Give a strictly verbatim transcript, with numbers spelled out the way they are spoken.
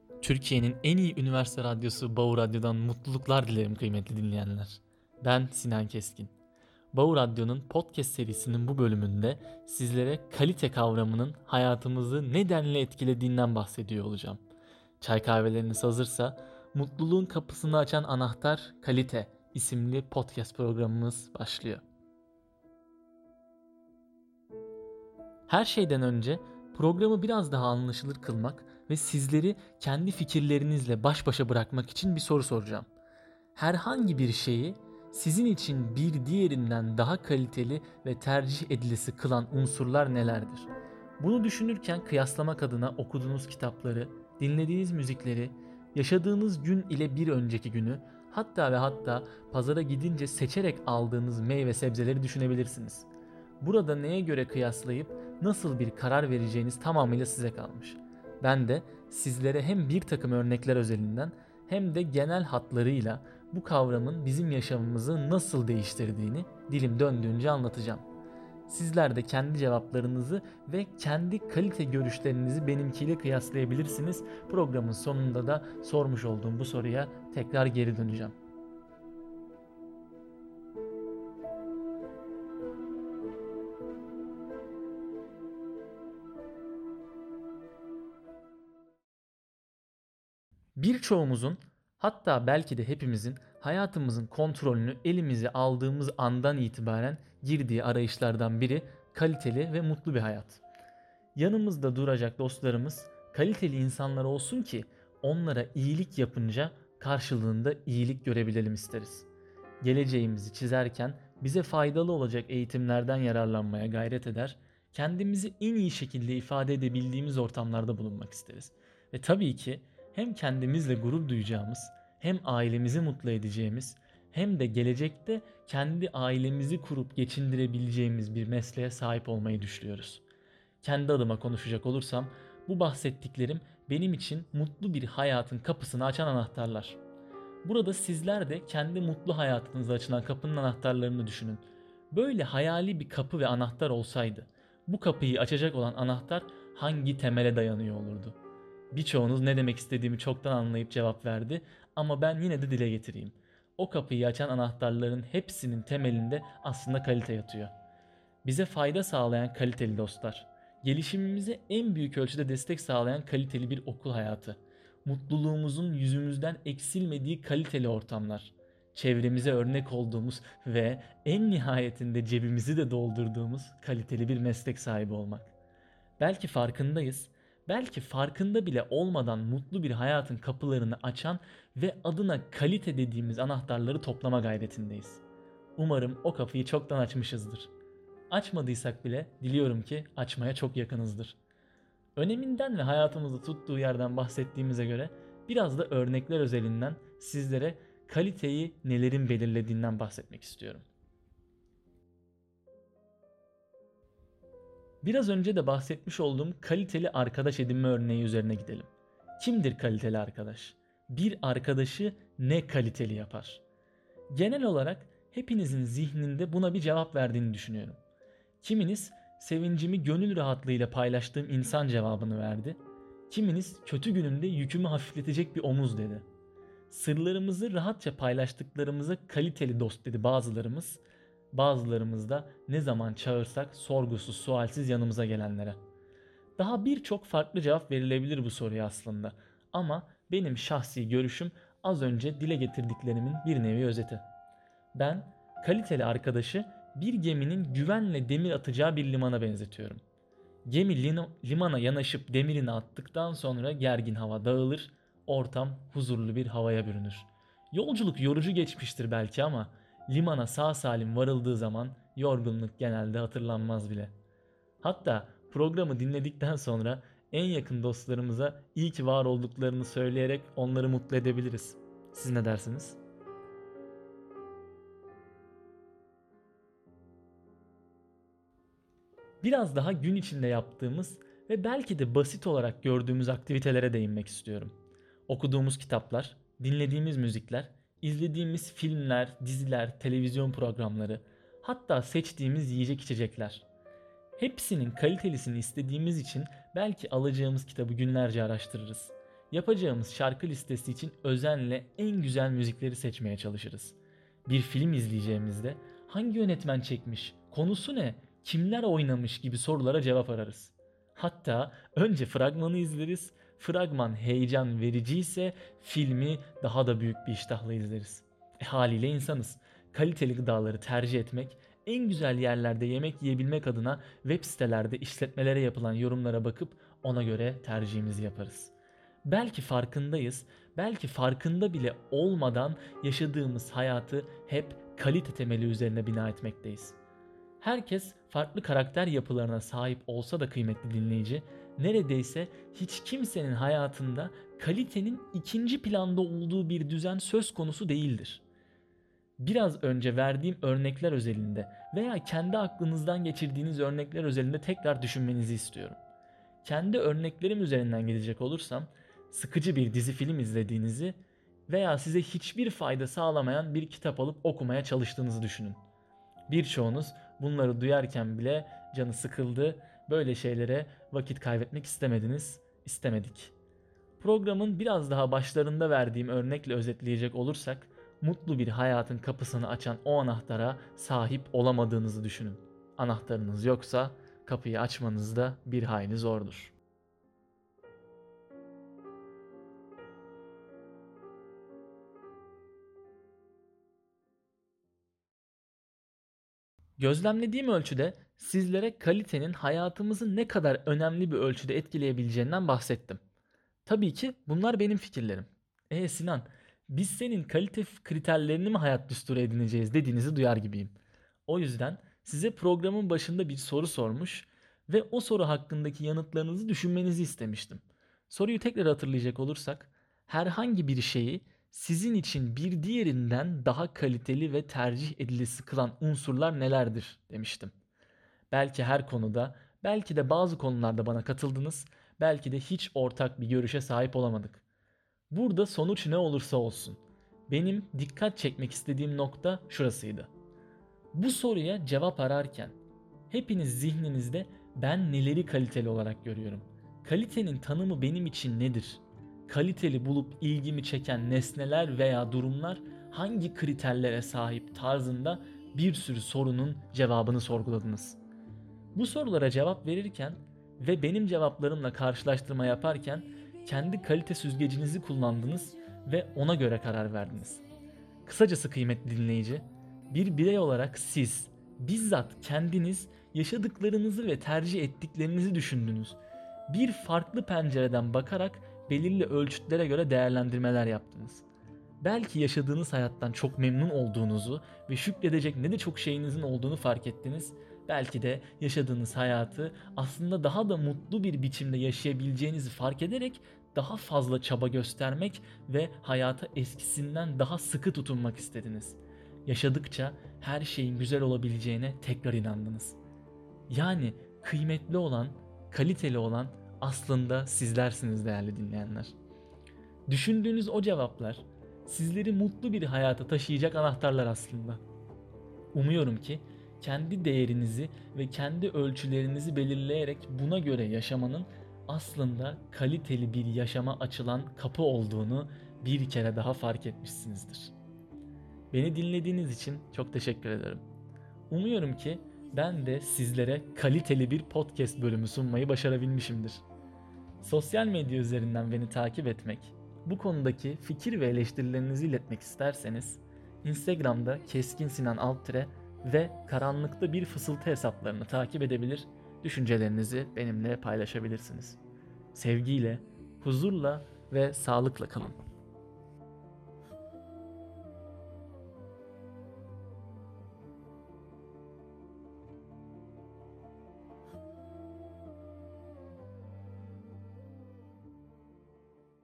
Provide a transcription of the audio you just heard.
Türkiye'nin en iyi üniversite radyosu Bağ Radyo'dan mutluluklar dilerim kıymetli dinleyenler. Ben Sinan Keskin. Bağ Radyo'nun podcast serisinin bu bölümünde sizlere kalite kavramının hayatımızı ne denli etkilediğinden bahsediyor olacağım. Çay kahveleriniz hazırsa Mutluluğun Kapısını Açan Anahtar Kalite isimli podcast programımız başlıyor. Her şeyden önce programı biraz daha anlaşılır kılmak ve sizleri kendi fikirlerinizle baş başa bırakmak için bir soru soracağım. Herhangi bir şeyi sizin için bir diğerinden daha kaliteli ve tercih edilisi kılan unsurlar nelerdir? Bunu düşünürken kıyaslamak adına okuduğunuz kitapları, dinlediğiniz müzikleri, yaşadığınız gün ile bir önceki günü, hatta ve hatta pazara gidince seçerek aldığınız meyve sebzeleri düşünebilirsiniz. Burada neye göre kıyaslayıp nasıl bir karar vereceğiniz tamamıyla size kalmış. Ben de sizlere hem bir takım örnekler özelinden hem de genel hatlarıyla bu kavramın bizim yaşamımızı nasıl değiştirdiğini dilim döndüğünce anlatacağım. Sizler de kendi cevaplarınızı ve kendi kalite görüşlerinizi benimkiyle kıyaslayabilirsiniz. Programın sonunda da sormuş olduğum bu soruya tekrar geri döneceğim. Birçoğumuzun, hatta belki de hepimizin hayatımızın kontrolünü elimize aldığımız andan itibaren girdiği arayışlardan biri kaliteli ve mutlu bir hayat. Yanımızda duracak dostlarımız kaliteli insanlar olsun ki onlara iyilik yapınca karşılığında iyilik görebilelim isteriz. Geleceğimizi çizerken bize faydalı olacak eğitimlerden yararlanmaya gayret eder, kendimizi en iyi şekilde ifade edebildiğimiz ortamlarda bulunmak isteriz. Ve tabii ki hem kendimizle gurur duyacağımız, hem ailemizi mutlu edeceğimiz, hem de gelecekte kendi ailemizi kurup geçindirebileceğimiz bir mesleğe sahip olmayı düşünüyoruz. Kendi adıma konuşacak olursam bu bahsettiklerim benim için mutlu bir hayatın kapısını açan anahtarlar. Burada sizler de kendi mutlu hayatınıza açılan kapının anahtarlarını düşünün. Böyle hayali bir kapı ve anahtar olsaydı, bu kapıyı açacak olan anahtar hangi temele dayanıyor olurdu? Birçoğunuz ne demek istediğimi çoktan anlayıp cevap verdi ama ben yine de dile getireyim. O kapıyı açan anahtarların hepsinin temelinde aslında kalite yatıyor. Bize fayda sağlayan kaliteli dostlar, gelişimimize en büyük ölçüde destek sağlayan kaliteli bir okul hayatı, mutluluğumuzun yüzümüzden eksilmediği kaliteli ortamlar, çevremize örnek olduğumuz ve en nihayetinde cebimizi de doldurduğumuz kaliteli bir meslek sahibi olmak. Belki farkındayız, belki farkında bile olmadan mutlu bir hayatın kapılarını açan ve adına kalite dediğimiz anahtarları toplama gayretindeyiz. Umarım o kapıyı çoktan açmışızdır. Açmadıysak bile diliyorum ki açmaya çok yakınızdır. Öneminden ve hayatımızda tuttuğu yerden bahsettiğimize göre biraz da örnekler özelinden sizlere kaliteyi nelerin belirlediğinden bahsetmek istiyorum. Biraz önce de bahsetmiş olduğum kaliteli arkadaş edinme örneği üzerine gidelim. Kimdir kaliteli arkadaş? Bir arkadaşı ne kaliteli yapar? Genel olarak hepinizin zihninde buna bir cevap verdiğini düşünüyorum. Kiminiz sevincimi gönül rahatlığıyla paylaştığım insan cevabını verdi. Kiminiz kötü günümde yükümü hafifletecek bir omuz dedi. Sırlarımızı rahatça paylaştıklarımıza kaliteli dost dedi bazılarımız. Bazılarımız da ne zaman çağırsak sorgusuz sualsiz yanımıza gelenlere. Daha birçok farklı cevap verilebilir bu soruya aslında. Ama benim şahsi görüşüm az önce dile getirdiklerimin bir nevi özeti. Ben kaliteli arkadaşı bir geminin güvenle demir atacağı bir limana benzetiyorum. Gemi lino, limana yanaşıp demirini attıktan sonra gergin hava dağılır, ortam huzurlu bir havaya bürünür. Yolculuk yorucu geçmiştir belki ama limana sağ salim varıldığı zaman yorgunluk genelde hatırlanmaz bile. Hatta programı dinledikten sonra en yakın dostlarımıza iyi ki var olduklarını söyleyerek onları mutlu edebiliriz. Siz ne dersiniz? Biraz daha gün içinde yaptığımız ve belki de basit olarak gördüğümüz aktivitelere değinmek istiyorum. Okuduğumuz kitaplar, dinlediğimiz müzikler, izlediğimiz filmler, diziler, televizyon programları, hatta seçtiğimiz yiyecek içecekler. Hepsinin kalitelisini istediğimiz için belki alacağımız kitabı günlerce araştırırız. Yapacağımız şarkı listesi için özenle en güzel müzikleri seçmeye çalışırız. Bir film izleyeceğimizde hangi yönetmen çekmiş, konusu ne, kimler oynamış gibi sorulara cevap ararız. Hatta önce fragmanı izleriz, fragman heyecan vericiyse filmi daha da büyük bir iştahla izleriz. E, haliyle insanız. Kaliteli gıdaları tercih etmek, en güzel yerlerde yemek yiyebilmek adına web sitelerde işletmelere yapılan yorumlara bakıp ona göre tercihimizi yaparız. Belki farkındayız, belki farkında bile olmadan yaşadığımız hayatı hep kalite temeli üzerine bina etmekteyiz. Herkes farklı karakter yapılarına sahip olsa da kıymetli dinleyici, neredeyse hiç kimsenin hayatında kalitenin ikinci planda olduğu bir düzen söz konusu değildir. Biraz önce verdiğim örnekler özelinde veya kendi aklınızdan geçirdiğiniz örnekler özelinde tekrar düşünmenizi istiyorum. Kendi örneklerim üzerinden gidecek olursam, sıkıcı bir dizi film izlediğinizi veya size hiçbir fayda sağlamayan bir kitap alıp okumaya çalıştığınızı düşünün. Birçoğunuz bunları duyarken bile canı sıkıldı, böyle şeylere vakit kaybetmek istemediniz, istemedik. Programın biraz daha başlarında verdiğim örnekle özetleyecek olursak, mutlu bir hayatın kapısını açan o anahtara sahip olamadığınızı düşünün. Anahtarınız yoksa kapıyı açmanız da bir hayli zordur. Gözlemlediğim ölçüde sizlere kalitenin hayatımızı ne kadar önemli bir ölçüde etkileyebileceğinden bahsettim. Tabii ki bunlar benim fikirlerim. E Sinan, biz senin kalite kriterlerini mi hayat düsturu edineceğiz dediğinizi duyar gibiyim. O yüzden size programın başında bir soru sormuş ve o soru hakkındaki yanıtlarınızı düşünmenizi istemiştim. Soruyu tekrar hatırlayacak olursak, herhangi bir şeyi sizin için bir diğerinden daha kaliteli ve tercih edilisi kılan unsurlar nelerdir demiştim. Belki her konuda, belki de bazı konularda bana katıldınız, belki de hiç ortak bir görüşe sahip olamadık. Burada sonuç ne olursa olsun, benim dikkat çekmek istediğim nokta şurasıydı. Bu soruya cevap ararken hepiniz zihninizde ben neleri kaliteli olarak görüyorum? Kalitenin tanımı benim için nedir? Kaliteli bulup ilgimi çeken nesneler veya durumlar hangi kriterlere sahip tarzında bir sürü sorunun cevabını sorguladınız. Bu sorulara cevap verirken ve benim cevaplarımla karşılaştırma yaparken kendi kalite süzgecinizi kullandınız ve ona göre karar verdiniz. Kısacası kıymetli dinleyici, bir birey olarak siz bizzat kendiniz yaşadıklarınızı ve tercih ettiklerinizi düşündünüz. Bir farklı pencereden bakarak belirli ölçütlere göre değerlendirmeler yaptınız. Belki yaşadığınız hayattan çok memnun olduğunuzu ve şükredecek ne de çok şeyinizin olduğunu fark ettiniz. Belki de yaşadığınız hayatı aslında daha da mutlu bir biçimde yaşayabileceğinizi fark ederek daha fazla çaba göstermek ve hayata eskisinden daha sıkı tutunmak istediniz. Yaşadıkça her şeyin güzel olabileceğine tekrar inandınız. Yani kıymetli olan, kaliteli olan aslında sizlersiniz değerli dinleyenler. Düşündüğünüz o cevaplar sizleri mutlu bir hayata taşıyacak anahtarlar aslında. Umuyorum ki kendi değerinizi ve kendi ölçülerinizi belirleyerek buna göre yaşamanın aslında kaliteli bir yaşama açılan kapı olduğunu bir kere daha fark etmişsinizdir. Beni dinlediğiniz için çok teşekkür ederim. Umuyorum ki ben de sizlere kaliteli bir podcast bölümü sunmayı başarabilmişimdir. Sosyal medya üzerinden beni takip etmek, bu konudaki fikir ve eleştirilerinizi iletmek isterseniz Instagram'da Keskin Sinan Alttire ve Karanlıkta Bir Fısıltı hesaplarını takip edebilir, düşüncelerinizi benimle paylaşabilirsiniz. Sevgiyle, huzurla ve sağlıkla kalın.